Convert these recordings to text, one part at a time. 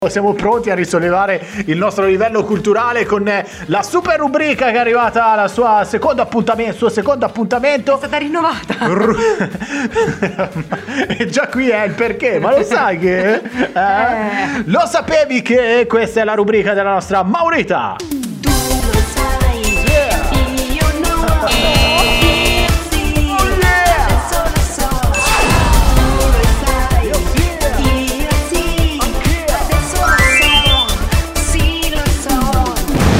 Siamo pronti a risollevare il nostro livello culturale con la super rubrica che è arrivata al suo secondo appuntamento. È stata rinnovata. E già qui è il perché, ma lo sai che? Lo sapevi che questa è la rubrica della nostra Maurita? Tu lo sai, io no, io sì, adesso lo so. Tu lo sai, io sì, adesso lo so, sì lo so.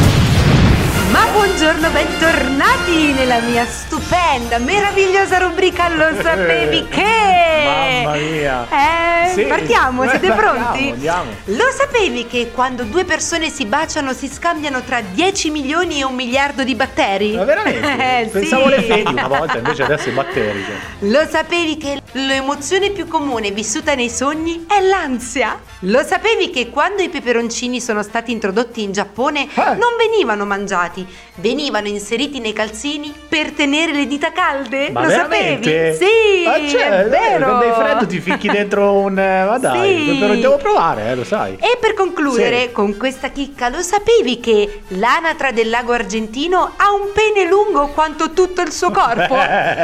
Ma buongiorno, bentornati nella mia stupenda, meravigliosa rubrica Lo sapevi che? Mamma mia. Sì, partiamo, siete pronti? Andiamo. Lo sapevi che quando due persone si baciano si scambiano tra 10 milioni e 1 miliardo di batteri? Ma veramente? Pensavo sì. le fedi una volta, invece adesso i batteri. Lo sapevi che l'emozione più comune vissuta nei sogni è l'ansia? Lo sapevi che quando i peperoncini sono stati introdotti in Giappone non venivano mangiati, venivano inseriti nei calzini per tenere le dita calde? Ma lo veramente? sapevi? Sì, è vero. Quando hai freddo ti ficchi dentro un... ma dai, Sì. però devo provare, lo sai. E per concludere Sì. con questa chicca, lo sapevi che l'anatra del lago argentino ha un pene lungo quanto tutto il suo corpo?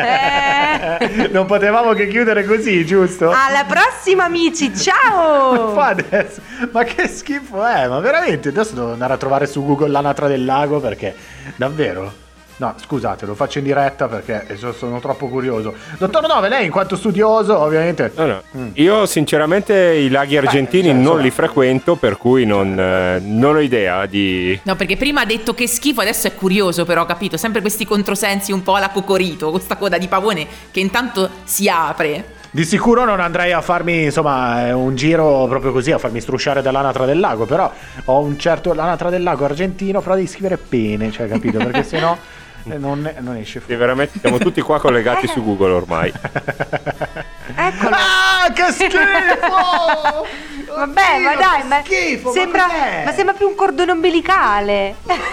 Non potevamo che chiudere così, giusto? Alla prossima amici, ciao! Fa adesso. Ma che schifo è? Ma veramente? Adesso devo andare a trovare su Google l'anatra del lago perché davvero? No, scusate, lo faccio in diretta perché sono troppo curioso. Dottor Nove, lei in quanto studioso, ovviamente. No. Io sinceramente i laghi argentini non li frequento, per cui non ho idea di... No, perché prima ha detto che schifo, adesso è curioso però, capito? Sempre questi controsensi un po' alla Cocorito, questa coda di pavone che intanto si apre. Di sicuro non andrei a farmi, insomma, un giro proprio così, a farmi strusciare dall'anatra del lago, però ho un certo l'anatra del lago argentino, però devi scrivere pene, cioè, capito? Perché sennò non esce fuori. Sì, veramente siamo tutti qua collegati su Google ormai. Eccolo. Ah, che schifo! Vabbè, Oddio, ma dai, che ma schifo, sembra, ma sembra più un cordone ombelicale.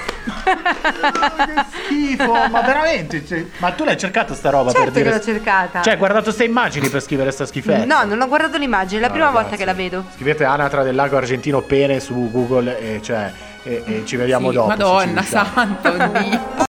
che schifo, ma veramente? Cioè, ma tu l'hai cercata sta roba Certo per dire? che l'ho cercata. Cioè, hai guardato ste immagini per scrivere sta schifezza? No, non ho guardato l'immagine, è la prima volta ragazzi, che la vedo. Scrivete anatra del lago argentino pene su Google e ci vediamo Sì, dopo. Madonna se ci diciamo. santa, oddio.